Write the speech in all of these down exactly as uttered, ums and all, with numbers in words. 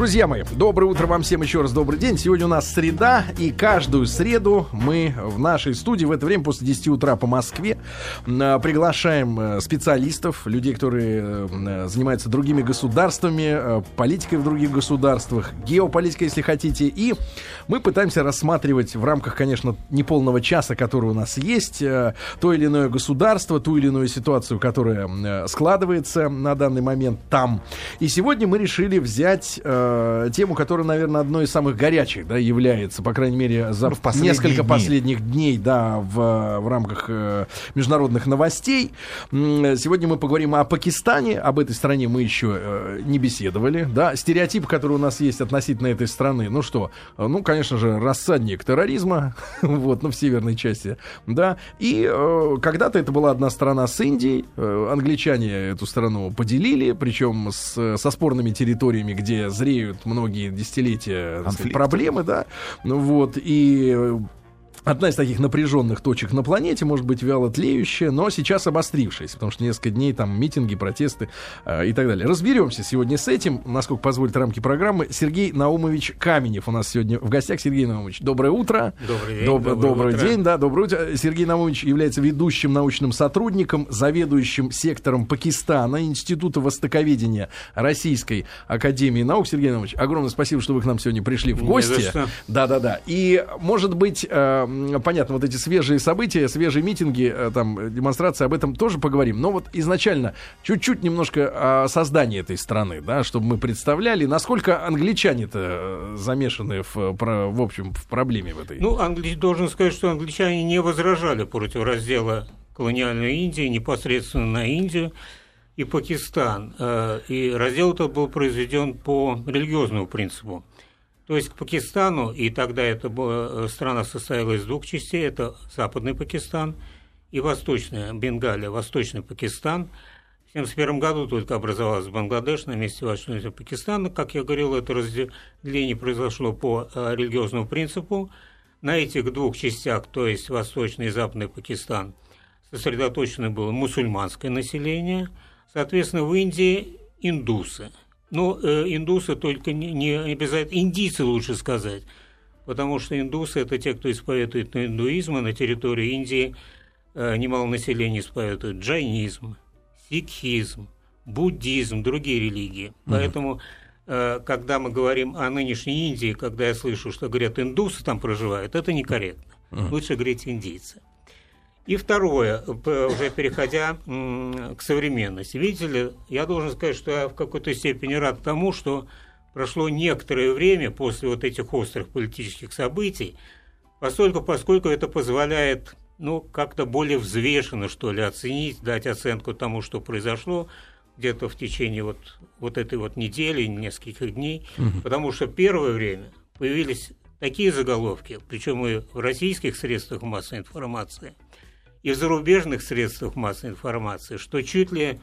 Друзья мои, доброе утро вам всем, еще раз добрый день. Сегодня у нас среда, и каждую среду мы в нашей студии в это время после десяти утра по Москве приглашаем специалистов, людей, которые занимаются другими государствами, политикой в других государствах, геополитикой, если хотите. И мы пытаемся рассматривать в рамках, конечно, неполного часа, который у нас есть, то или иное государство, ту или иную ситуацию, которая складывается на данный момент там. И сегодня мы решили взять тему, которая, наверное, одной из самых горячих, да, является, по крайней мере, за ну, несколько дни. последних дней, да, в, в рамках э, международных новостей. Сегодня мы поговорим о Пакистане. Об этой стране мы еще э, не беседовали, да. Стереотип, который у нас есть относительно этой страны, ну что, ну, конечно же, рассадник терроризма, вот, ну, в северной части, да. И э, когда-то это была одна страна с Индией. Э, англичане эту страну поделили, причем с, со спорными территориями, где зреют многие десятилетия сказать, проблемы, да, ну вот, и одна из таких напряженных точек на планете, может быть, вяло тлеющая, но сейчас обострившаяся, потому что несколько дней там митинги, протесты э, и так далее. Разберемся сегодня с этим, насколько позволят рамки программы. Сергей Наумович Каменев у нас сегодня в гостях. Сергей Наумович, доброе утро. Добрый день. Доб- доброе добрый утро. день, да, доброе утро. Сергей Наумович является ведущим научным сотрудником, заведующим сектором Пакистана Института востоковедения Российской академии наук. Сергей Наумович, огромное спасибо, что вы к нам сегодня пришли в гости. Да-да-да. И, может быть, э, понятно, вот эти свежие события, свежие митинги, там, демонстрации, об этом тоже поговорим. Но вот изначально чуть-чуть немножко о создании этой страны, да, чтобы мы представляли, насколько англичане-то замешаны в, в общем, в проблеме в этой. Ну, англи... должен сказать, что англичане не возражали против раздела колониальной Индии непосредственно на Индию и Пакистан. И раздел этот был произведен по религиозному принципу. То есть к Пакистану, и тогда эта страна состояла из двух частей, это Западный Пакистан и Восточная Бенгалия, Восточный Пакистан. В семьдесят первом году только образовалась Бангладеш на месте Восточного Пакистана. Как я говорил, это разделение произошло по религиозному принципу. На этих двух частях, то есть Восточный и Западный Пакистан, сосредоточено было мусульманское население. Соответственно, в Индии индусы. Ну, э, индусы только не, не обязательно, индийцы лучше сказать, потому что индусы – это те, кто исповедует индуизм, а на территории Индии э, немало населения исповедует джайнизм, сикхизм, буддизм, другие религии. Mm-hmm. Поэтому, э, когда мы говорим о нынешней Индии, когда я слышу, что говорят индусы там проживают, это некорректно. Mm-hmm. Лучше говорить индийцы. И второе, уже переходя к современности. Видите ли, я должен сказать, что я в какой-то степени рад тому, что прошло некоторое время после вот этих острых политических событий, поскольку, поскольку это позволяет, ну, как-то более взвешенно, что ли, оценить, дать оценку тому, что произошло где-то в течение вот, вот этой вот недели, нескольких дней, угу. Потому что первое время появились такие заголовки, причем и в российских средствах массовой информации, и в зарубежных средствах массовой информации, что чуть ли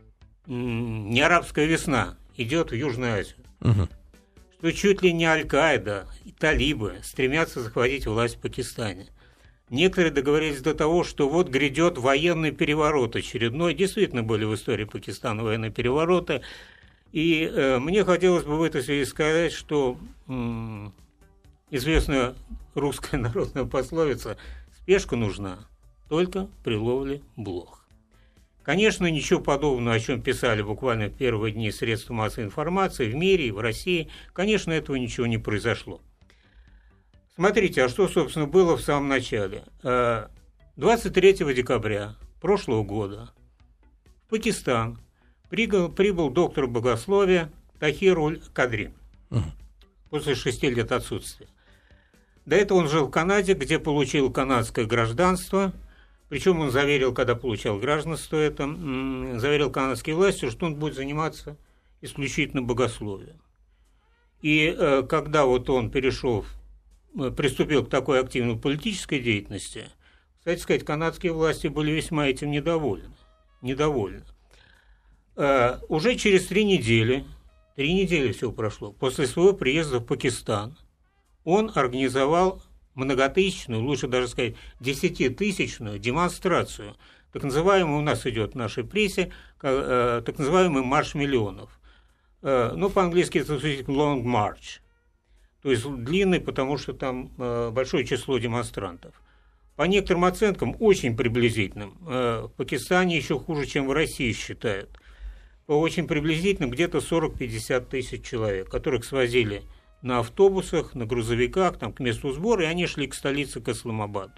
м- не арабская весна идет в Южную Азию, угу. Что чуть ли не Аль-Каида и талибы стремятся захватить власть в Пакистане. Некоторые договорились до того, что вот грядет военный переворот очередной. Действительно были в истории Пакистана военные перевороты. И э, мне хотелось бы в этой связи сказать, что м- известная русская народная пословица «спешка нужна только при ловле блох». Конечно, ничего подобного, о чем писали буквально в первые дни средства массовой информации в мире и в России, конечно, этого ничего не произошло. Смотрите, а что, собственно, было в самом начале? двадцать третьего декабря прошлого года в Пакистан прибыл, прибыл доктор богословия Тахир Уль-Кадри uh-huh. после шести лет отсутствия. До этого он жил в Канаде, где получил канадское гражданство. Причем он заверил, когда получал гражданство это, заверил канадские власти, что он будет заниматься исключительно богословием. И э, когда вот он перешел, приступил к такой активной политической деятельности, кстати сказать, канадские власти были весьма этим недовольны. недовольны. Э, уже через три недели, три недели всего прошло, после своего приезда в Пакистан, он организовал многотысячную, лучше даже сказать, десятитысячную демонстрацию, так называемую, у нас идет в нашей прессе, так называемый марш миллионов. Ну, по-английски это звучит long march. То есть длинный, потому что там большое число демонстрантов. По некоторым оценкам, очень приблизительным, в Пакистане еще хуже, чем в России считают. По очень приблизительным, где-то сорок-пятьдесят тысяч человек, которых свозили на автобусах, на грузовиках, там, к месту сбора, и они шли к столице, к Исламабаду.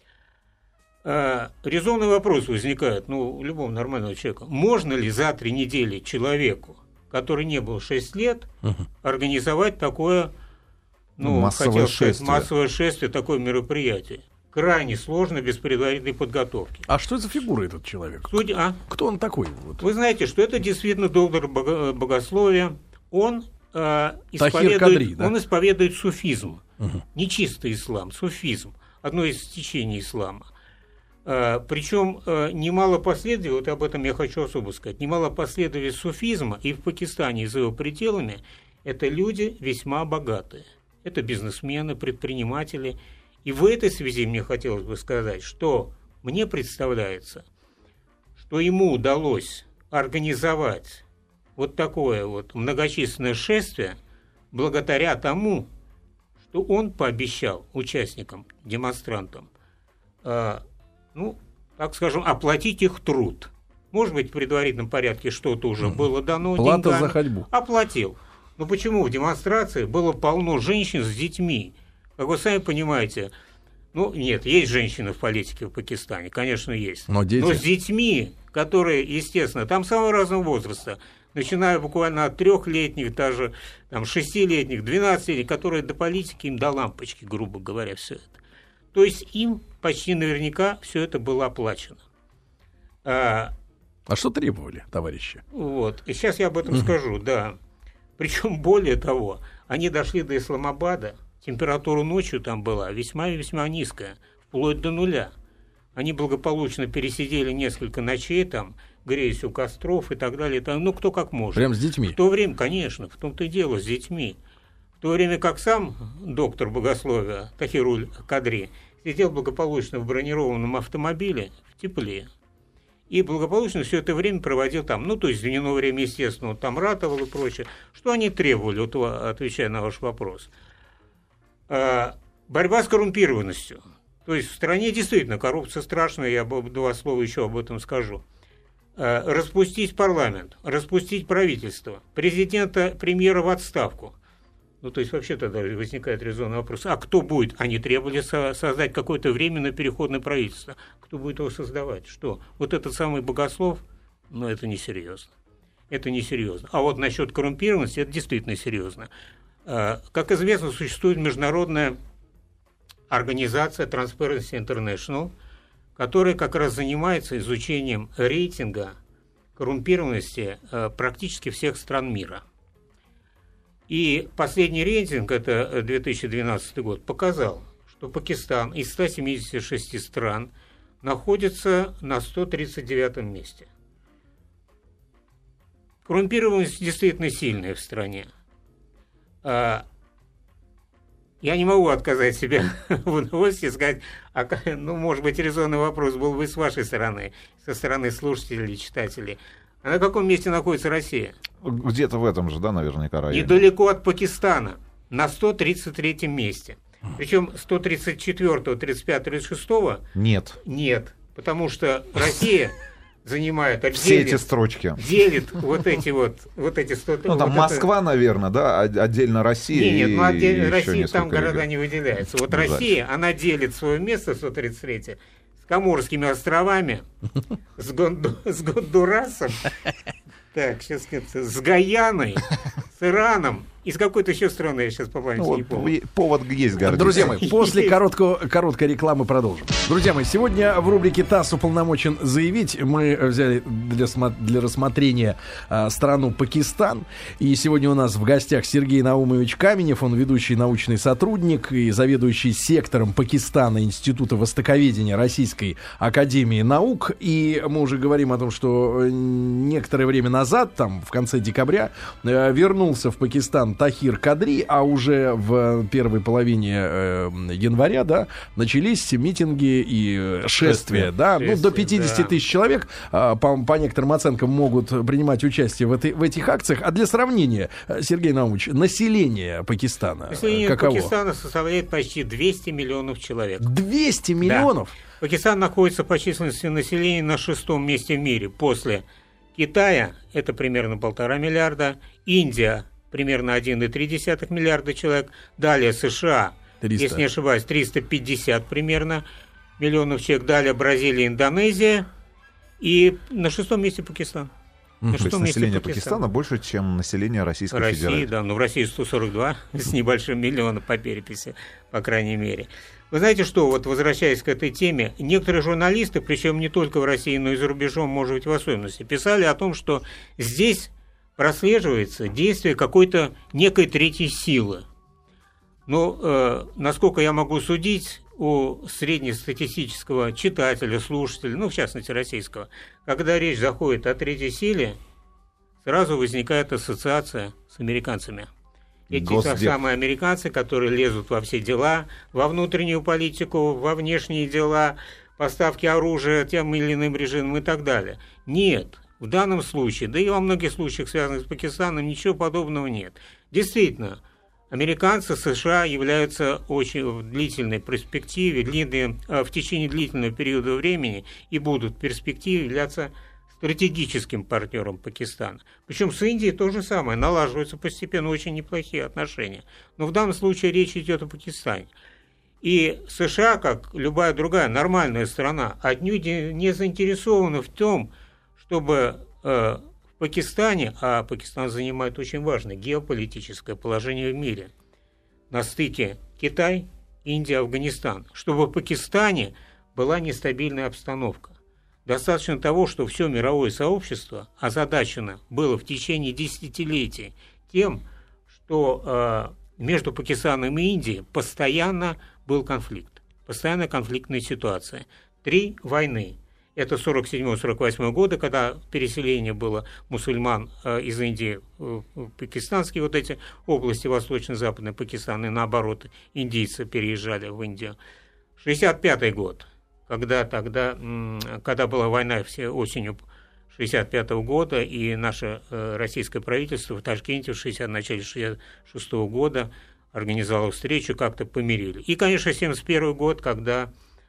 Резонный вопрос возникает, ну, у любого нормального человека. Можно ли за три недели человеку, который не был шесть лет, угу. организовать такое, ну, массовое, хотел шествие. сказать, массовое шествие, такое мероприятие? Крайне сложно, без предварительной подготовки. А что это за фигура этот человек? Судя, а? Кто он такой? Вот? Вы знаете, что это действительно доктор богословия. Он, э, исповедует, Кадри, да? он исповедует суфизм. Угу. Не чистый ислам, суфизм. Одно из течений ислама. Э, причем э, немало последователей, вот об этом я хочу особо сказать, немало последователей суфизма и в Пакистане, и за его пределами, это люди весьма богатые. Это бизнесмены, предприниматели. И в этой связи мне хотелось бы сказать, что мне представляется, что ему удалось организовать вот такое вот многочисленное шествие благодаря тому, что он пообещал участникам, демонстрантам, э, ну, так скажем, оплатить их труд. Может быть, в предварительном порядке что-то уже было дано Плата деньгами. за ходьбу. Оплатил. Но почему в демонстрации было полно женщин с детьми? Как вы сами понимаете, ну, нет, есть женщины в политике в Пакистане, конечно, есть. Но, дети... Но с детьми, которые, естественно, там самого разного возраста, начиная буквально от трехлетних, даже там, шестилетних, двенадцатилетних, которые до политики им до лампочки, грубо говоря, все это. То есть им почти наверняка все это было оплачено. А, а что требовали, товарищи? Вот, и сейчас я об этом скажу, да. Причем более того, они дошли до Исламабада. Температура ночью там была весьма-весьма низкая, вплоть до нуля. Они благополучно пересидели несколько ночей там, греясь у костров и так далее. Там, ну, кто как может. Прям с детьми? В то время, конечно, в том-то и дело, с детьми. В то время как сам доктор богословия Тахируль Кадри сидел благополучно в бронированном автомобиле в тепле. И благополучно все это время проводил там. Ну, то есть в дневное время, естественно, он там ратовал и прочее. Что они требовали, вот, отвечая на ваш вопрос? Борьба с коррумпированностью. То есть в стране действительно коррупция страшная, я два слова еще об этом скажу. Распустить парламент, распустить правительство, президента, премьера в отставку. Ну, то есть вообще тогда возникает резонный вопрос. А кто будет? Они требовали со- создать какое-то временное переходное правительство. Кто будет его создавать? Что? Вот этот самый богослов? Ну, это несерьезно. Это несерьезно. А вот насчет коррумпированности, это действительно серьезно. Как известно, существует международная организация Transparency International, которая как раз занимается изучением рейтинга коррумпированности практически всех стран мира. И последний рейтинг, это две тысячи двенадцатый год, показал, что Пакистан из ста семидесяти шести стран находится на сто тридцать девятом месте. Коррумпированность действительно сильная в стране. Я не могу отказать себе в удовольствии сказать, а, ну, может быть, резонный вопрос был бы с вашей стороны, со стороны слушателей или читателей. А на каком месте находится Россия? Где-то в этом же, да, наверняка, районе. Недалеко от Пакистана, на сто тридцать третьем месте. Причем сто тридцать четвёртого, тридцать пятого, тридцать шестого нет. Нет, потому что Россия занимает отдельно, все эти строчки. Делит вот эти вот, вот эти сто... Ну, там вот Москва, это... наверное, да, отдельно Россия. Нет, нет, ну отдельно Россия, там регионов. города не выделяются. Вот Жаль. Россия, она делит свое место сто тридцать третье с Коморскими островами, с, Гонду... с Гондурасом, так, сейчас с Гаяной, с Ираном и с какой-то еще страны, я сейчас по памяти Ну, не вот помню. повод есть, гордиться. Друзья мои, после короткого, короткой рекламы продолжим. Друзья мои, сегодня в рубрике ТАСС уполномочен заявить. Мы взяли для, для рассмотрения а, страну Пакистан. И сегодня у нас в гостях Сергей Наумович Каменев. Он ведущий научный сотрудник и заведующий сектором Пакистана Института востоковедения Российской академии наук. И мы уже говорим о том, что некоторое время назад, там в конце декабря, вернулся в Пакистан сам Тахир Кадри, а уже в первой половине э, января, да, начались митинги и шествия, шествия да, шествия, ну, до пятьдесят тысяч да. человек, э, по, по некоторым оценкам, могут принимать участие в, этой, в этих акциях. А для сравнения, Сергей Наумович, население Пакистана население каково? Пакистана составляет почти двести миллионов человек. двести миллионов? Да. Пакистан находится по численности населения на шестом месте в мире после Китая, это примерно полтора миллиарда, Индия примерно один и три десятых миллиарда человек, далее США, триста. Если не ошибаюсь, триста пятьдесят примерно миллионов человек, далее Бразилия, Индонезия и на шестом месте Пакистан. На То есть население Пакистана больше, чем население Российской России, Федерации. России, да, ну в России сто сорок два с небольшим миллиона по переписи, по крайней мере. Вы знаете что, вот возвращаясь к этой теме, некоторые журналисты, причем не только в России, но и за рубежом, может быть, в особенности, писали о том, что здесь прослеживается действие какой-то некой третьей силы. Но, э, насколько я могу судить, у среднестатистического читателя, слушателя, ну, в частности, российского, когда речь заходит о третьей силе, сразу возникает ассоциация с американцами. Эти Госдеп. самые американцы, которые лезут во все дела, во внутреннюю политику, во внешние дела, поставки оружия тем или иным режимом и так далее. Нет, в данном случае, да и во многих случаях, связанных с Пакистаном, ничего подобного нет. Действительно, американцы, США являются очень в длительной перспективе, длинные, в течение длительного периода времени и будут в перспективе являться стратегическим партнером Пакистана. Причем с Индией то же самое, налаживаются постепенно очень неплохие отношения. Но в данном случае речь идет о Пакистане. И США, как любая другая нормальная страна, отнюдь не заинтересованы в том, чтобы э, в Пакистане, а Пакистан занимает очень важное геополитическое положение в мире, на стыке Китай, Индия, Афганистан, чтобы в Пакистане была нестабильная обстановка. Достаточно того, что все мировое сообщество озадачено было в течение десятилетий тем, что э, между Пакистаном и Индией постоянно был конфликт, постоянная конфликтная ситуация. Три войны. Это сорок седьмой — сорок восьмой годы, когда переселение было мусульман э, из Индии в пакистанские вот эти области, восточно-западный Пакистан, и наоборот, индийцы переезжали в Индию. шестьдесят пятый год. Когда тогда, когда была война все осенью шестьдесят пятого года, и наше э, российское правительство в Ташкенте в шестидесятом, начале шестьдесят шестого года организовало встречу, как-то помирили. И, конечно, семьдесят первый год, когда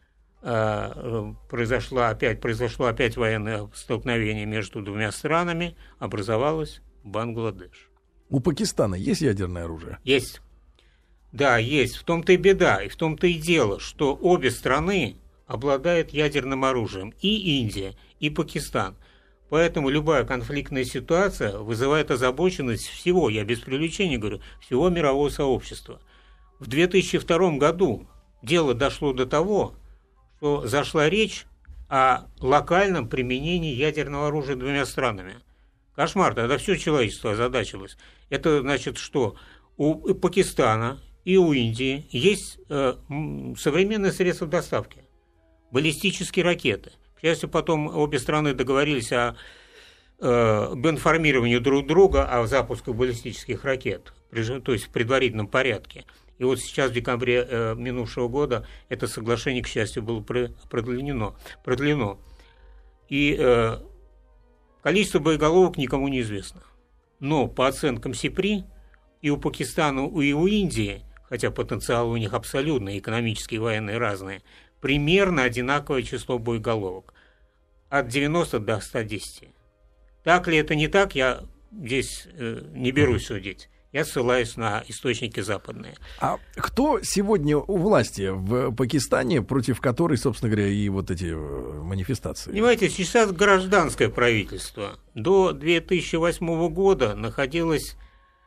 э, произошло, опять, произошло опять военное столкновение между двумя странами, образовалась Бангладеш. У Пакистана есть ядерное оружие? Есть. Да, есть. В том-то и беда, и в том-то и дело, что обе страны обладает ядерным оружием, и Индия, и Пакистан. Поэтому любая конфликтная ситуация вызывает озабоченность всего, я без привлечения говорю, всего мирового сообщества. В две тысячи втором году дело дошло до того, что зашла речь о локальном применении ядерного оружия двумя странами. Кошмар, тогда все человечество озадачилось. Это значит, что у Пакистана и у Индии есть э, современные средства доставки. Баллистические ракеты. К счастью, потом обе страны договорились о, э, об информировании друг друга о запуске баллистических ракет, то есть в предварительном порядке. И вот сейчас, в декабре э, минувшего года, это соглашение, к счастью, было продлено. продлено. И э, количество боеголовок никому не известно. Но по оценкам СИПРИ и у Пакистана, и у Индии, хотя потенциал у них абсолютно, экономические и военные разные, примерно одинаковое число боеголовок. От девяноста до ста десяти. Так ли это, не так, я здесь э, не берусь судить. Я ссылаюсь на источники западные. А кто сегодня у власти в Пакистане, против которой, собственно говоря, и вот эти манифестации? Понимаете, сейчас гражданское правительство. До две тысячи восьмого года находилось,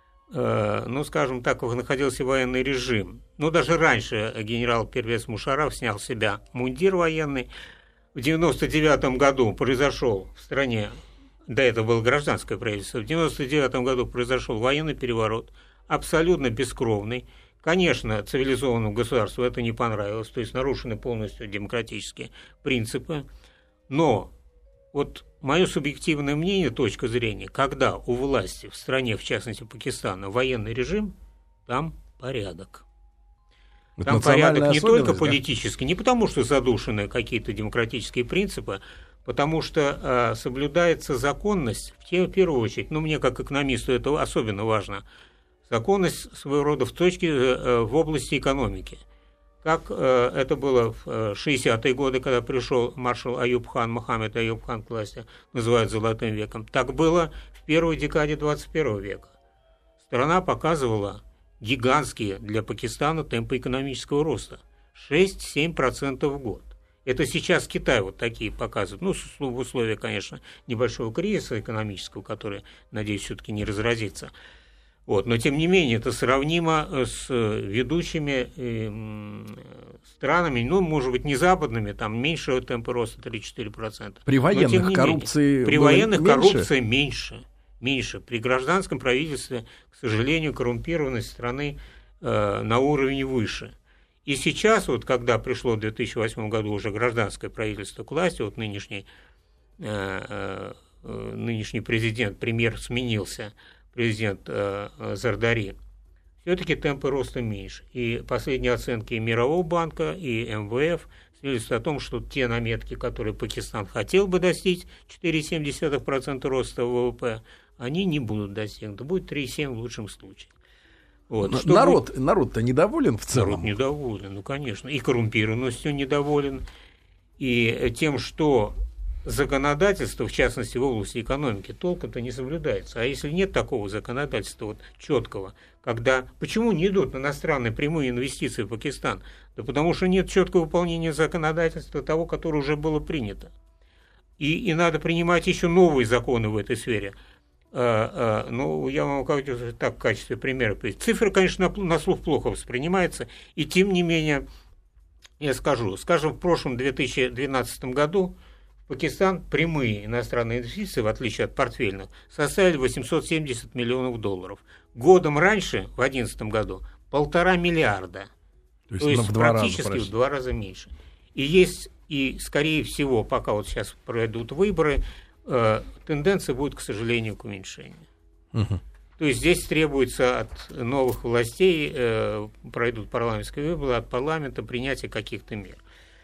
э, ну, скажем так, находился военный режим. Ну, даже раньше генерал Первез Мушарраф снял с себя мундир военный. В девяносто девятом году произошел в стране, до этого было гражданское правительство, в девяносто девятом году произошел военный переворот, абсолютно бескровный. Конечно, цивилизованному государству это не понравилось, то есть нарушены полностью демократические принципы, но Вот мое субъективное мнение, точка зрения, когда у власти в стране, в частности Пакистана, военный режим, там порядок. Там порядок не только политический, не потому что задушены какие-то демократические принципы, потому что э, соблюдается законность, в, те, в первую очередь, ну, мне как экономисту это особенно важно, законность своего рода в точке, э, в области экономики. Как э, это было в шестидесятые годы, когда пришел маршал Аюб хан, Мохаммед Аюб хан к власти, называют «золотым веком», так было в первой декаде двадцать первого века. Страна показывала гигантские для Пакистана темпы экономического роста – шесть-семь процентов в год. Это сейчас Китай вот такие показывает, ну, в условиях, конечно, небольшого кризиса экономического, который, надеюсь, все-таки не разразится. Вот. Но, тем не менее, это сравнимо с ведущими э, странами, ну, может быть, не западными, там меньше темпы роста три-четыре процента. При военных коррупции При военных коррупция меньше. Меньше. При гражданском правительстве, к сожалению, коррумпированность страны э, на уровне выше. И сейчас, вот, когда пришло в две тысячи восьмом году уже гражданское правительство к власти, вот нынешний, э, э, нынешний президент, премьер сменился, президент э, Зардари, все-таки темпы роста меньше. И последние оценки Мирового банка и эм вэ эф свидетельствуют о том, что те наметки, которые Пакистан хотел бы достичь, четыре целых семь десятых процента роста вэ вэ пэ, они не будут достигнуты, будет три целых семь десятых в лучшем случае. Вот. Народ, будет... народ-то недоволен в целом? Народ недоволен, ну, конечно, и коррумпированностью недоволен, и тем, что законодательство, в частности, в области экономики, толком-то не соблюдается. А если нет такого законодательства вот, четкого, когда... Почему не идут иностранные прямые инвестиции в Пакистан? Да потому что нет четкого выполнения законодательства того, которое уже было принято. И, и надо принимать еще новые законы в этой сфере. А, а, ну, я вам как так в качестве примера приведу. Цифры, конечно, на, на слух плохо воспринимаются, и тем не менее, я скажу, скажем, в прошлом две тысячи двенадцатом году Пакистан прямые иностранные инвестиции, в отличие от портфельных, составили восемьсот семьдесят миллионов долларов. Годом раньше, в две тысячи одиннадцатом году, полтора миллиарда. То есть, То есть в практически раза, в два раза меньше. И есть, и скорее всего, пока вот сейчас пройдут выборы, э, тенденция будет, к сожалению, к уменьшению. Угу. То есть здесь требуется от новых властей, э, пройдут парламентские выборы, от парламента принятия каких-то мер.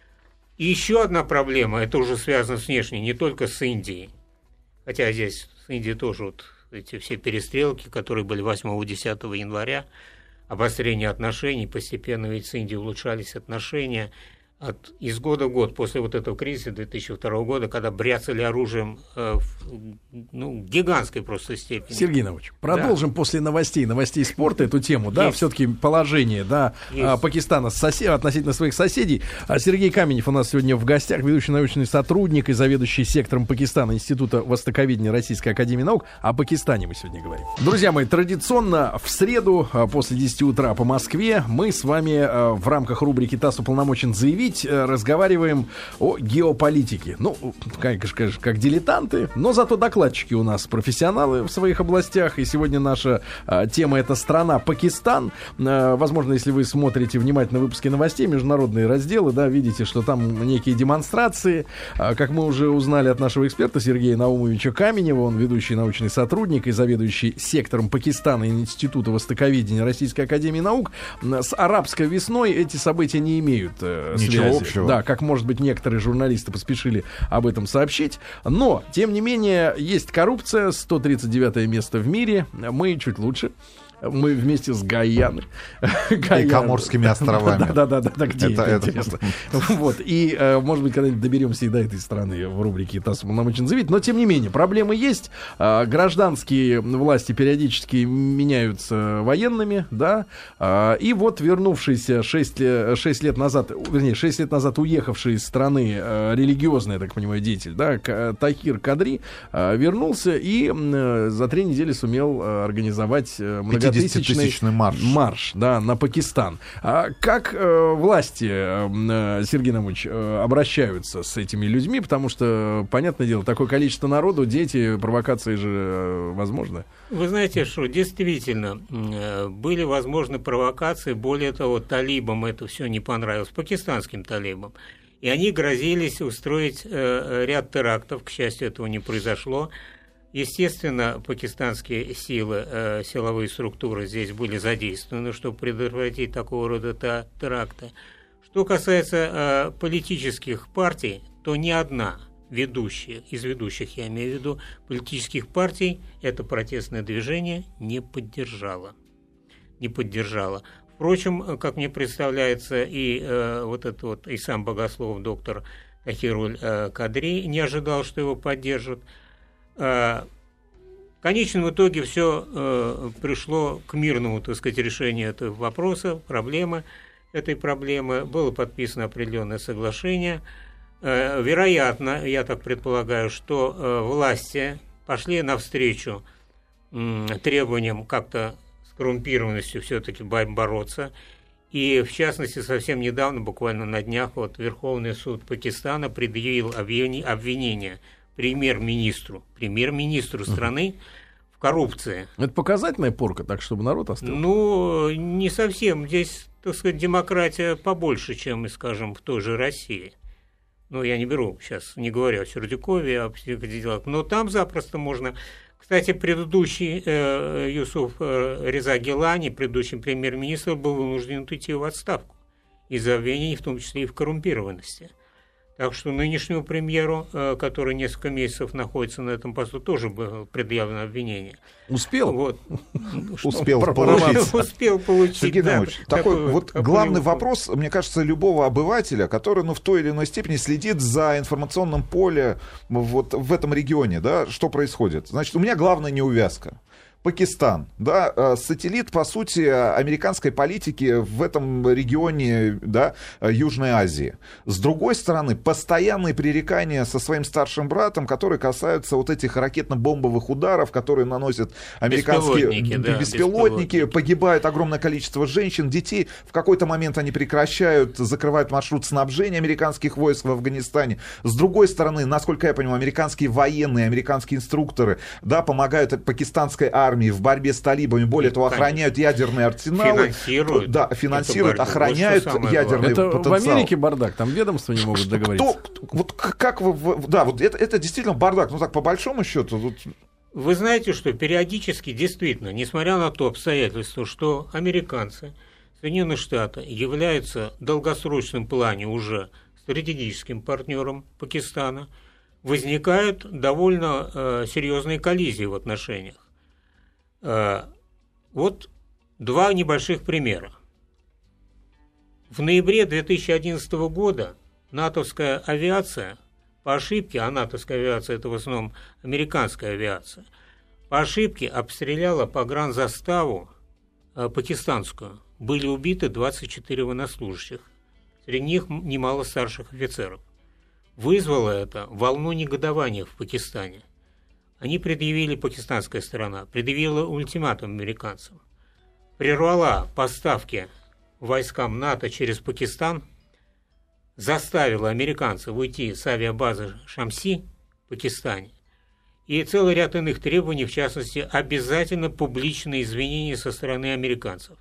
И еще одна проблема, это уже связано с внешней, не только с Индией, хотя здесь с Индией тоже вот эти все перестрелки, которые были восьмого-десятого января, обострение отношений, постепенно ведь с Индией улучшались отношения. От, из года в год, после вот этого кризиса две тысячи второго года, когда бряцали оружием э, в ну, гигантской просто степени. Сергей Иванович, продолжим да. после новостей, новостей спорта эту тему, да, все-таки положение, да, Есть. Пакистана сосед, относительно своих соседей. Сергей Каменев у нас сегодня в гостях, ведущий научный сотрудник и заведующий сектором Пакистана Института востоковедения Российской академии наук. О Пакистане мы сегодня говорим. Друзья мои, традиционно в среду после десяти утра по Москве мы с вами в рамках рубрики «ТАСС уполномочен заявить» разговариваем о геополитике. Ну, конечно, как дилетанты, но зато докладчики у нас профессионалы в своих областях. И сегодня наша а, тема — это страна Пакистан. А, возможно, если вы смотрите внимательно выпуски новостей, международные разделы, да, видите, что там некие демонстрации. А, как мы уже узнали от нашего эксперта Сергея Наумовича Каменева, он ведущий научный сотрудник и заведующий сектором Пакистана Института востоковедения Российской академии наук. С арабской весной эти события не имеют э, связи. Общего. Да, как, может быть, некоторые журналисты поспешили об этом сообщить. Но, тем не менее, есть коррупция, сто тридцать девятое место в мире. Мы чуть лучше. Мы вместе с Гайаной. И Коморскими островами. Да-да-да, где это, это интересно. Вот, и, может быть, когда-нибудь доберемся и до этой страны в рубрике «ТАСС уполномочен заявить». Но, тем не менее, проблемы есть. Гражданские власти периодически меняются военными, да. И вот вернувшийся шесть лет назад, вернее, шесть лет назад уехавший из страны религиозный, я так понимаю, деятель, да, Тахир Кадри, вернулся и за три недели сумел организовать многотысячный пятидесятитысячный марш. марш, да, на Пакистан. А как э, власти, э, Сергей Наумович, э, обращаются с этими людьми? Потому что, понятное дело, такое количество народу, дети, провокации же э, возможны. Вы знаете, что действительно э, были возможны провокации. Более того, талибам это все не понравилось, пакистанским талибам. И они грозились устроить э, ряд терактов. К счастью, этого не произошло. Естественно, пакистанские силы, э, силовые структуры здесь были задействованы, чтобы предотвратить такого рода теракты. Что касается э, политических партий, то ни одна ведущая, из ведущих, я имею в виду, политических партий, это протестное движение не поддержала. Не поддержала. Впрочем, как мне представляется, и э, вот этот вот и сам богослов доктор Тахируль э, Кадри не ожидал, что его поддержат. В конечном итоге все э, пришло к мирному, так сказать, решению этого вопроса, проблемы этой проблемы. Было подписано определенное соглашение. Э, вероятно, я так предполагаю, что э, власти пошли навстречу э, требованиям как-то с коррумпированностью все-таки бороться. И, в частности, совсем недавно, буквально на днях, вот Верховный суд Пакистана предъявил обвинение премьер-министру, премьер-министру страны в коррупции. Это показательная порка, так, чтобы народ остыл? Ну, не совсем. Здесь, так сказать, демократия побольше, чем, скажем, в той же России. Ну, я не беру сейчас, не говорю о Сердюкове, о всех этих делах, но там запросто можно... Кстати, предыдущий э, Юсуф э, Реза Гилани, предыдущий премьер-министр, был вынужден уйти в отставку из-за обвинений, в том числе и в коррумпированности. Так что нынешнему премьеру, который несколько месяцев находится на этом посту, тоже было предъявлено обвинение. Успел? Вот. Успел получить. Успел получить. Сергей да, Иванович, такой вот главный вопрос, мне кажется, любого обывателя, который, ну, в той или иной степени следит за информационным полем вот в этом регионе, да, что происходит. Значит, у меня главная неувязка. Пакистан, да, сателлит, по сути, американской политики в этом регионе, да, Южной Азии. С другой стороны, постоянные пререкания со своим старшим братом, которые касаются вот этих ракетно-бомбовых ударов, которые наносят американские беспилотники, да, беспилотники, беспилотники. Погибает огромное количество женщин, детей. В какой-то момент они прекращают, закрывают маршрут снабжения американских войск в Афганистане. С другой стороны, насколько я понимаю, американские военные, американские инструкторы, да, помогают пакистанской армии в борьбе с талибами, более того, охраняют ядерные арсеналы. Финансируют. Да, финансируют, охраняют вот ядерный это потенциал. В Америке бардак, там ведомства не могут договориться. Кто, вот как вы, да, вот это, это действительно бардак, ну так, по большому счету. Вот... Вы знаете, что периодически, действительно, несмотря на то обстоятельство, что американцы, Соединенные Штаты являются в долгосрочном плане уже стратегическим партнером Пакистана, возникают довольно э, серьезные коллизии в отношениях. Вот два небольших примера. В ноябре две тысячи одиннадцатого года натовская авиация по ошибке, а натовская авиация – это в основном американская авиация, по ошибке обстреляла погранзаставу э, пакистанскую. Были убиты двадцать четыре военнослужащих, среди них немало старших офицеров. Вызвало это волну негодования в Пакистане. Они предъявили, пакистанская сторона, предъявила ультиматум американцам, прервала поставки войскам НАТО через Пакистан, заставила американцев уйти с авиабазы Шамси в Пакистане, и целый ряд иных требований, в частности, обязательно публичные извинения со стороны американцев.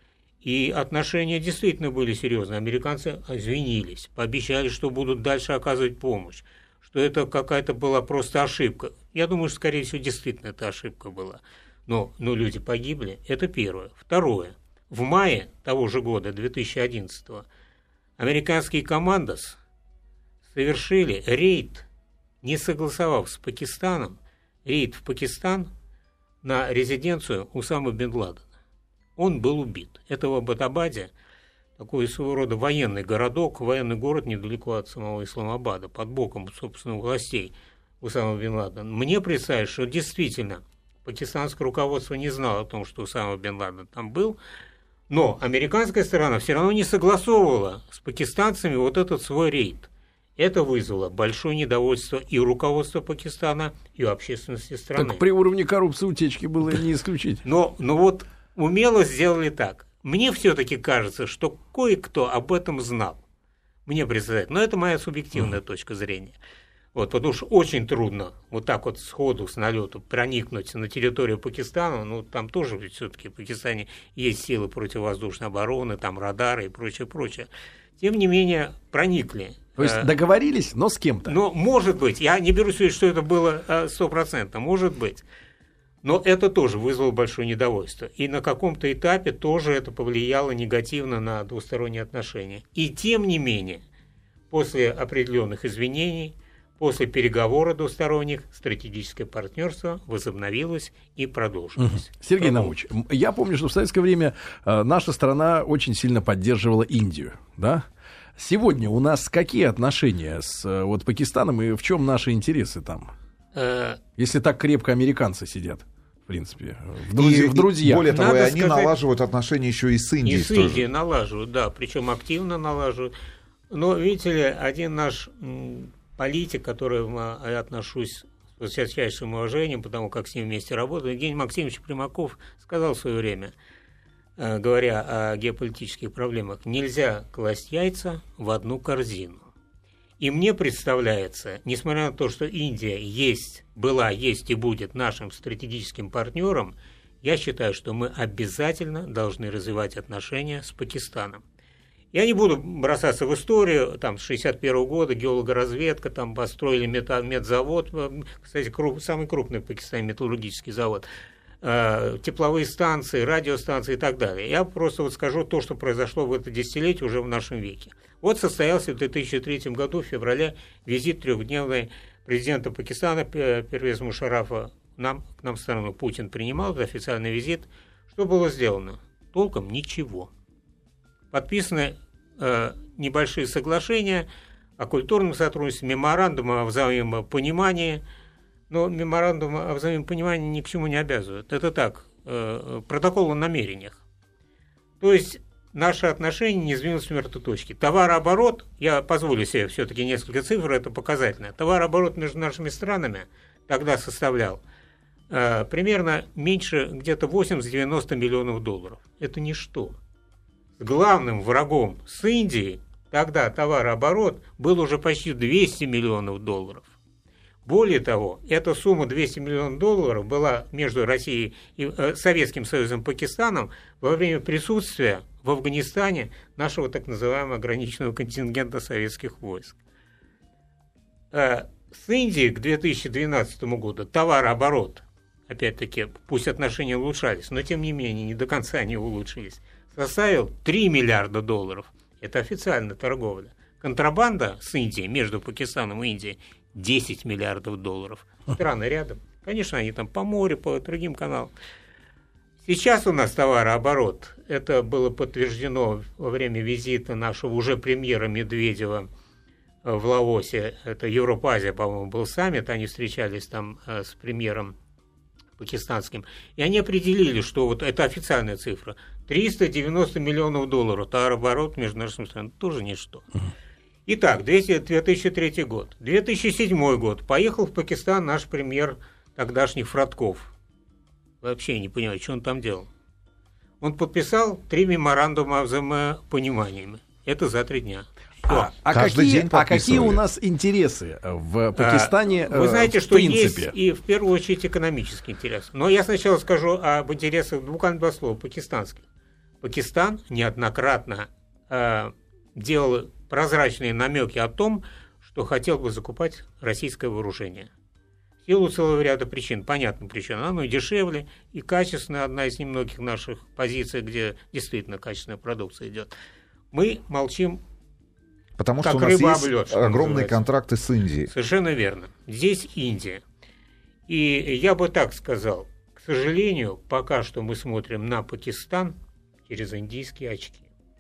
И отношения действительно были серьезные. Американцы извинились, пообещали, что будут дальше оказывать помощь, что это какая-то была просто ошибка. Я думаю, что, скорее всего, действительно это ошибка была. Но, но люди погибли. Это первое. Второе. В мае того же года, две тысячи одиннадцатого, американские командос совершили рейд, не согласовав с Пакистаном, рейд в Пакистан на резиденцию Усамы бен Ладена. Он был убит. Это в Аббатабаде, такой своего рода военный городок, военный город недалеко от самого Исламабада, под боком, собственно, властей Усама бен Ладена. Мне представить, что действительно пакистанское руководство не знало о том, что Усама бен Ладен там был, но американская сторона все равно не согласовывала с пакистанцами вот этот свой рейд. Это вызвало большое недовольство и у руководства Пакистана, и у общественности страны. Так при уровне коррупции утечки было не исключить. Но, но вот умело сделали так. Мне все-таки кажется, что кое-кто об этом знал. Мне представляет. Но это моя субъективная mm. точка зрения. Вот, потому что очень трудно вот так вот сходу, с налету проникнуть на территорию Пакистана. Ну, там тоже все-таки в Пакистане есть силы противовоздушной обороны, там радары и прочее, прочее. Тем не менее, проникли То есть договорились, но с кем-то. Ну, может быть. Я не берусь сказать, что это было стопроцентно. Может быть. Но это тоже вызвало большое недовольство. И на каком-то этапе тоже это повлияло негативно на двусторонние отношения. И тем не менее, после определенных извинений, после переговоров двусторонних, стратегическое партнерство возобновилось и продолжилось. Сергей Наумович, я помню, что в советское время э, наша страна очень сильно поддерживала Индию, да? Сегодня у нас какие отношения с э, вот, Пакистаном и в чем наши интересы там? Э... Если так крепко американцы сидят. В принципе, в, друз... и, в друзьях. Более того, Надо и они сказать, налаживают отношения еще и с Индией. И с Индией налаживают, да, причем активно налаживают. Но, видите ли, один наш м, политик, к которому я отношусь с высочайшим уважением, потому как с ним вместе работаю, Евгений Максимович Примаков сказал в свое время, э, говоря о геополитических проблемах, нельзя класть яйца в одну корзину. И мне представляется, несмотря на то, что Индия есть, была, есть и будет нашим стратегическим партнером, я считаю, что мы обязательно должны развивать отношения с Пакистаном. Я не буду бросаться в историю, там, с шестьдесят первого года геологоразведка, там, построили мета, медзавод, кстати, круп, самый крупный в Пакистане металлургический завод, э, тепловые станции, радиостанции и так далее. Я просто вот скажу то, что произошло в это десятилетие уже в нашем веке. Вот состоялся в две тысячи третьем году, в феврале, визит трехдневный президента Пакистана Первеза Мушаррафа нам, к нам в страну. Путин принимал этот официальный визит. Что было сделано? Толком ничего. Подписаны э, небольшие соглашения о культурном сотрудничестве, меморандум о взаимопонимании. Но меморандум о взаимопонимании ни к чему не обязывает. Это так, э, протокол о намерениях. То есть наши отношения не сдвинулись с мертвой точки. Товарооборот, я позволю себе все-таки несколько цифр, это показательно. Товарооборот между нашими странами тогда составлял э, примерно меньше где-то восемьдесят-девяносто миллионов долларов. Это ничто. С главным врагом, с Индией, тогда товарооборот был уже почти двести миллионов долларов. Более того, эта сумма двести миллионов долларов была между Россией и э, Советским Союзом и Пакистаном во время присутствия в Афганистане нашего так называемого ограниченного контингента советских войск. Э, с Индией к две тысячи двенадцатому году товарооборот, опять-таки, пусть отношения улучшались, но тем не менее не до конца не улучшились, составил три миллиарда долларов. Это официальная торговля. Контрабанда с Индией, между Пакистаном и Индией, десять миллиардов долларов. Страны рядом. Конечно, они там по морю, по другим каналам. Сейчас у нас товарооборот. Это было подтверждено во время визита нашего уже премьера Медведева в Лаосе. Это Европа-Азия, по-моему, был саммит. Они встречались там с премьером пакистанским. И они определили, что вот это официальная цифра. триста девяносто миллионов долларов товарооборот между нашими странами. Тоже ничто. Итак, две тысячи третий год. две тысячи седьмой год. Поехал в Пакистан наш премьер тогдашний Фродков. Вообще не понимаю, что он там делал. Он подписал три меморандума о взаимопонимании. Это за три дня. А, а, какие, а какие у нас интересы в Пакистане? А, вы знаете, в что принципе? Есть и в первую очередь экономический интерес. Но я сначала скажу об интересах, буквально два слова, пакистанских. Пакистан неоднократно э, делал прозрачные намеки о том, что хотел бы закупать российское вооружение. В силу целого ряда причин, понятных причин. Оно дешевле и качественное, одна из немногих наших позиций, где действительно качественная продукция идет. Мы молчим, потому как что у нас рыба есть об лёд, огромные называется. контракты с Индией. Совершенно верно. Здесь Индия. И я бы так сказал, к сожалению, пока что мы смотрим на Пакистан через индийские очки.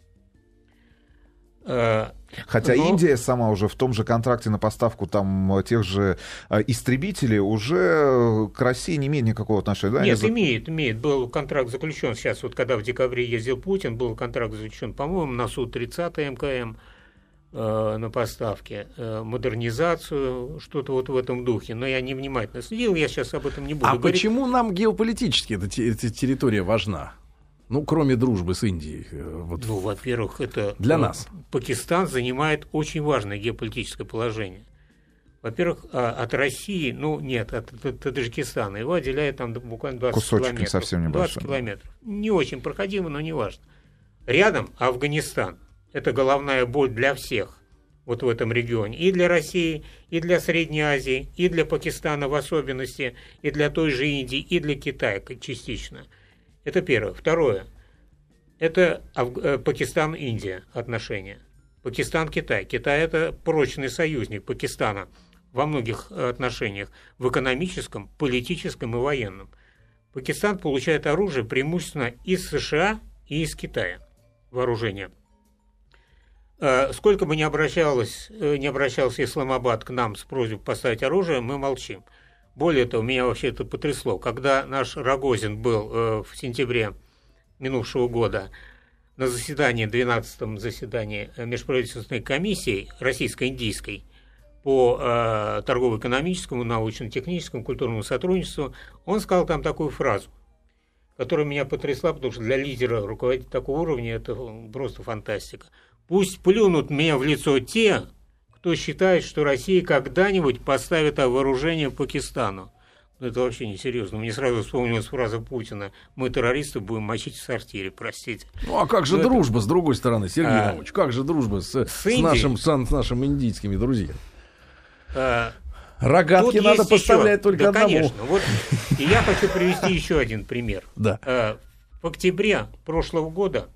Хотя Но... Индия сама уже в том же контракте на поставку там тех же истребителей уже к России не имеет никакого отношения. Да? Нет, Они... имеет, имеет. Был контракт заключен сейчас, вот когда в декабре ездил Путин, был контракт заключен, по-моему, на Су тридцать эм ка эм э, на поставке, э, модернизацию, что-то вот в этом духе. Но я не внимательно следил, я сейчас об этом не буду а говорить. Почему нам геополитически эта, эта территория важна? Ну, кроме дружбы с Индией. Вот. Ну, во-первых, это для нас. Пакистан занимает очень важное геополитическое положение. Во-первых, от России, ну нет, от, от Таджикистана, его отделяет там буквально двадцать кусочек километров. совсем небольшой. двадцать километров. Не очень проходимо, но не важно. Рядом Афганистан. Это головная боль для всех. вот в этом регионе, и для России, и для Средней Азии, и для Пакистана в особенности, и для той же Индии, и для Китая частично. Это первое. Второе. Это Пакистан-Индия отношения. Пакистан-Китай. Китай – это прочный союзник Пакистана во многих отношениях, в экономическом, политическом и военном. Пакистан получает оружие преимущественно из США и из Китая. Вооружение. Сколько бы ни обращалось, не обращался Исламабад к нам с просьбой поставить оружие, мы молчим. Более того, меня вообще это потрясло. Когда наш Рогозин был в сентябре минувшего года на заседании, двенадцатом заседании межправительственной комиссии российско-индийской по э, торгово-экономическому, научно-техническому, культурному сотрудничеству, он сказал там такую фразу, которая меня потрясла, потому что для лидера, руководителя такого уровня, это просто фантастика. Пусть плюнут мне в лицо те, кто считает, что Россия когда-нибудь поставит вооружение Пакистану. Ну, это вообще несерьезно. Мне сразу вспомнилась фраза Путина: мы террористов будем мочить в сортире, простите. Ну, а как же Но дружба, это... с другой стороны, Сергей а... Наумович? Как же дружба с, с, с, нашим, с, с нашими индийскими друзьями? А... Рогатки надо поставлять еще... только да, одному. Конечно. Вот, и я хочу привести еще один пример. Да. А, в октябре прошлого года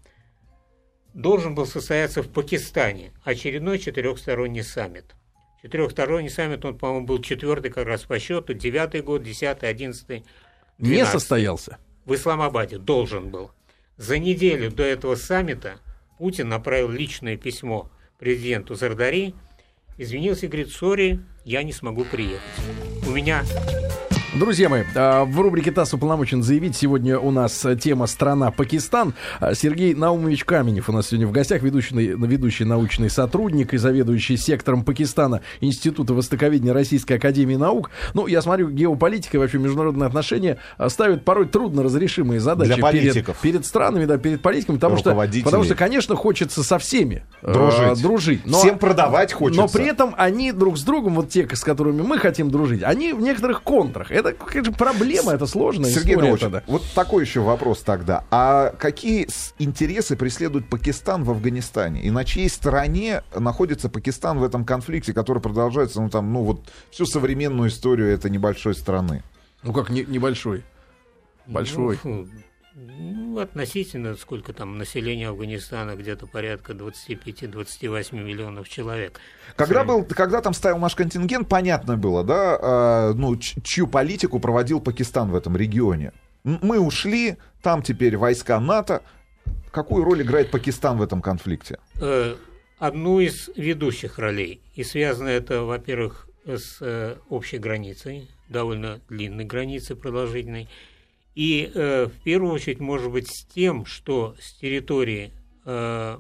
должен был состояться в Пакистане очередной четырехсторонний саммит. Четырехсторонний саммит, он, по-моему, был четвертый как раз по счету, девятый год, десятый, одиннадцатый, двенадцатый. Не состоялся? В Исламабаде должен был. За неделю до этого саммита Путин направил личное письмо президенту Зардари, извинился и говорит: сори, я не смогу приехать. У меня... Друзья мои, в рубрике «ТАСС уполномочен заявить» сегодня у нас тема «Страна Пакистан». Сергей Наумович Каменев у нас сегодня в гостях, ведущий, ведущий научный сотрудник и заведующий сектором Пакистана Института востоковедения Российской академии наук. Ну, я смотрю, геополитика и вообще международные отношения ставят порой трудно разрешимые задачи перед, перед странами, да, перед политиками, потому что, потому что, конечно, хочется со всеми дружить. Э, дружить но, Всем продавать хочется. Но при этом они друг с другом, вот те, с которыми мы хотим дружить, они в некоторых контрах. Это, конечно, проблема, это сложная Сергей история. Сергей Наумович, вот такой еще вопрос тогда. А какие интересы преследует Пакистан в Афганистане? И на чьей стороне находится Пакистан в этом конфликте, который продолжается, ну, там, ну, вот всю современную историю этой небольшой страны? Ну, как не, небольшой? Большой. Ну, ну, относительно, сколько там населения Афганистана, где-то порядка двадцать пять - двадцать восемь миллионов человек. Когда, был, когда там стоял наш контингент, понятно было, да, э, ну, чью политику проводил Пакистан в этом регионе. Мы ушли, там теперь войска НАТО. Какую роль играет Пакистан в этом конфликте? Э, одну из ведущих ролей. И связано это, во-первых, с э, общей границей, довольно длинной границей, продолжительной. И э, в первую очередь, может быть, с тем, что с территории э,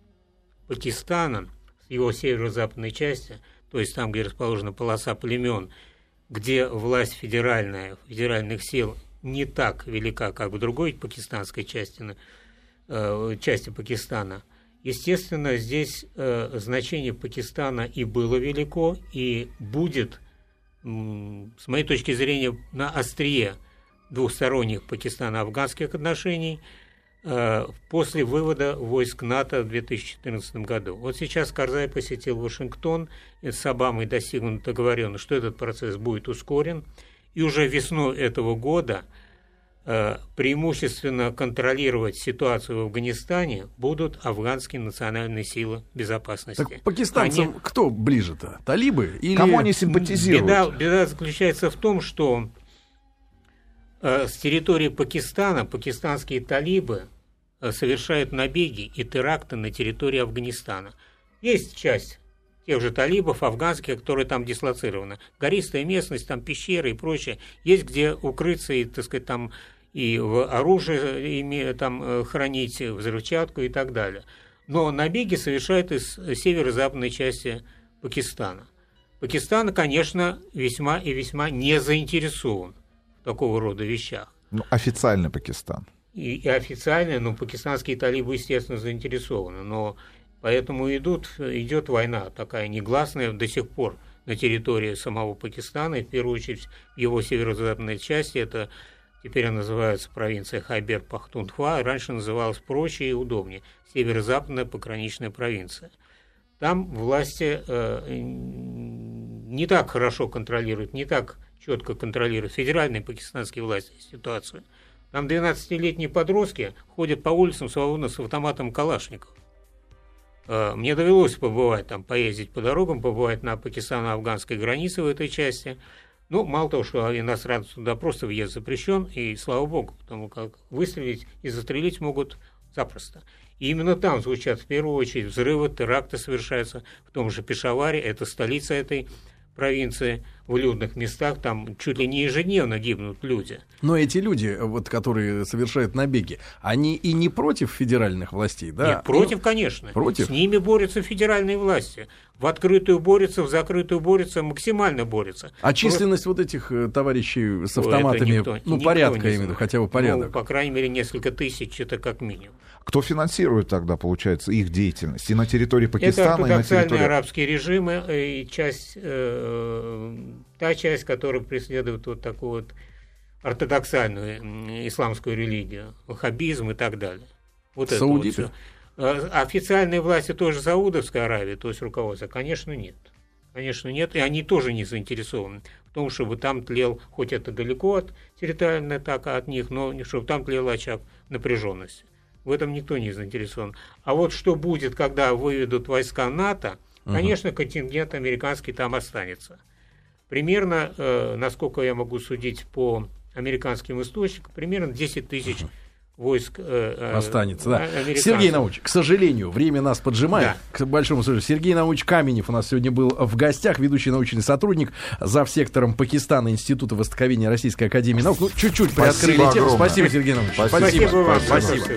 Пакистана, с его северо-западной части, то есть там, где расположена полоса племен, где власть федеральная, федеральных сил не так велика, как в другой пакистанской части, э, части Пакистана, естественно, здесь э, значение Пакистана и было велико, и будет, м, с моей точки зрения, на острие двухсторонних пакистано-афганских отношений э, после вывода войск НАТО в две тысячи четырнадцатом году. Вот сейчас Карзай посетил Вашингтон, и с Обамой достигнуто договоренность, что этот процесс будет ускорен, и уже весной этого года э, преимущественно контролировать ситуацию в Афганистане будут афганские национальные силы безопасности. Так пакистанцам они... кто ближе-то? Талибы? Или... Кому они симпатизируют? Беда, беда заключается в том, что с территории Пакистана пакистанские талибы совершают набеги и теракты на территории Афганистана. Есть часть тех же талибов афганских, которые там дислоцированы. Гористая местность, там пещеры и прочее. Есть где укрыться и, так сказать, там и оружие там хранить, взрывчатку и так далее. Но набеги совершают из северо-западной части Пакистана. Пакистан, конечно, весьма и весьма не заинтересован такого рода вещах. Ну, официально Пакистан. И, и официально, ну, пакистанские талибы, естественно, заинтересованы, но поэтому идут, идет война такая негласная до сих пор на территории самого Пакистана, и в первую очередь в его северо-западной части, это теперь она называется провинция Хайбер-Пахтунхва, раньше называлась проще и удобнее, северо-западная пограничная провинция. там власти э, не так хорошо контролируют, не так четко контролируют федеральные пакистанские власти ситуацию. Там двенадцатилетние подростки ходят по улицам свободно с автоматом Калашникова. Мне довелось побывать там, поездить по дорогам, побывать на пакистано-афганской границе в этой части. Ну, мало того, что иностранцу туда просто въезд запрещен, и слава богу, потому как выстрелить и застрелить могут запросто. И именно там звучат в первую очередь взрывы, теракты совершаются, в том же Пешаваре, это столица этой провинции, в людных местах, там чуть ли не ежедневно гибнут люди. Но эти люди, вот, которые совершают набеги, они и не против федеральных властей, да? Нет, против, конечно. Против? С ними борются федеральные власти. В открытую борются, в закрытую борются, максимально борются. А численность вот этих товарищей с автоматами, никто, ну, никто порядка именно, хотя бы порядок? Ну, по крайней мере, несколько тысяч, это как минимум. Кто финансирует тогда, получается, их деятельность? И на территории Пакистана, это и на территории... Это арабские режимы, и часть, э, та часть, которая преследует вот такую вот ортодоксальную исламскую религию, ваххабизм и так далее. Вот Саудиты? Это вот. Официальные власти тоже Саудовской Аравии, то есть руководство, конечно, нет. Конечно, нет, и они тоже не заинтересованы в том, чтобы там тлел, хоть это далеко от территориальной атаки от них, но чтобы там тлел очаг напряженности. В этом никто не заинтересован. А вот что будет, когда выведут войска НАТО, uh-huh. конечно, контингент американский там останется. Примерно, э, насколько я могу судить по американским источникам, примерно десять тысяч uh-huh. войск э, останется. Да. Сергей Наумович, к сожалению, время нас поджимает. Да. К большому сожалению. Сергей Наумович Каменев у нас сегодня был в гостях, ведущий научный сотрудник завсектором Пакистана Института востоковедения Российской академии наук. Ну, чуть-чуть приоткрыли тему. Спасибо, Сергей Наумович. Спасибо. Спасибо вам. Спасибо.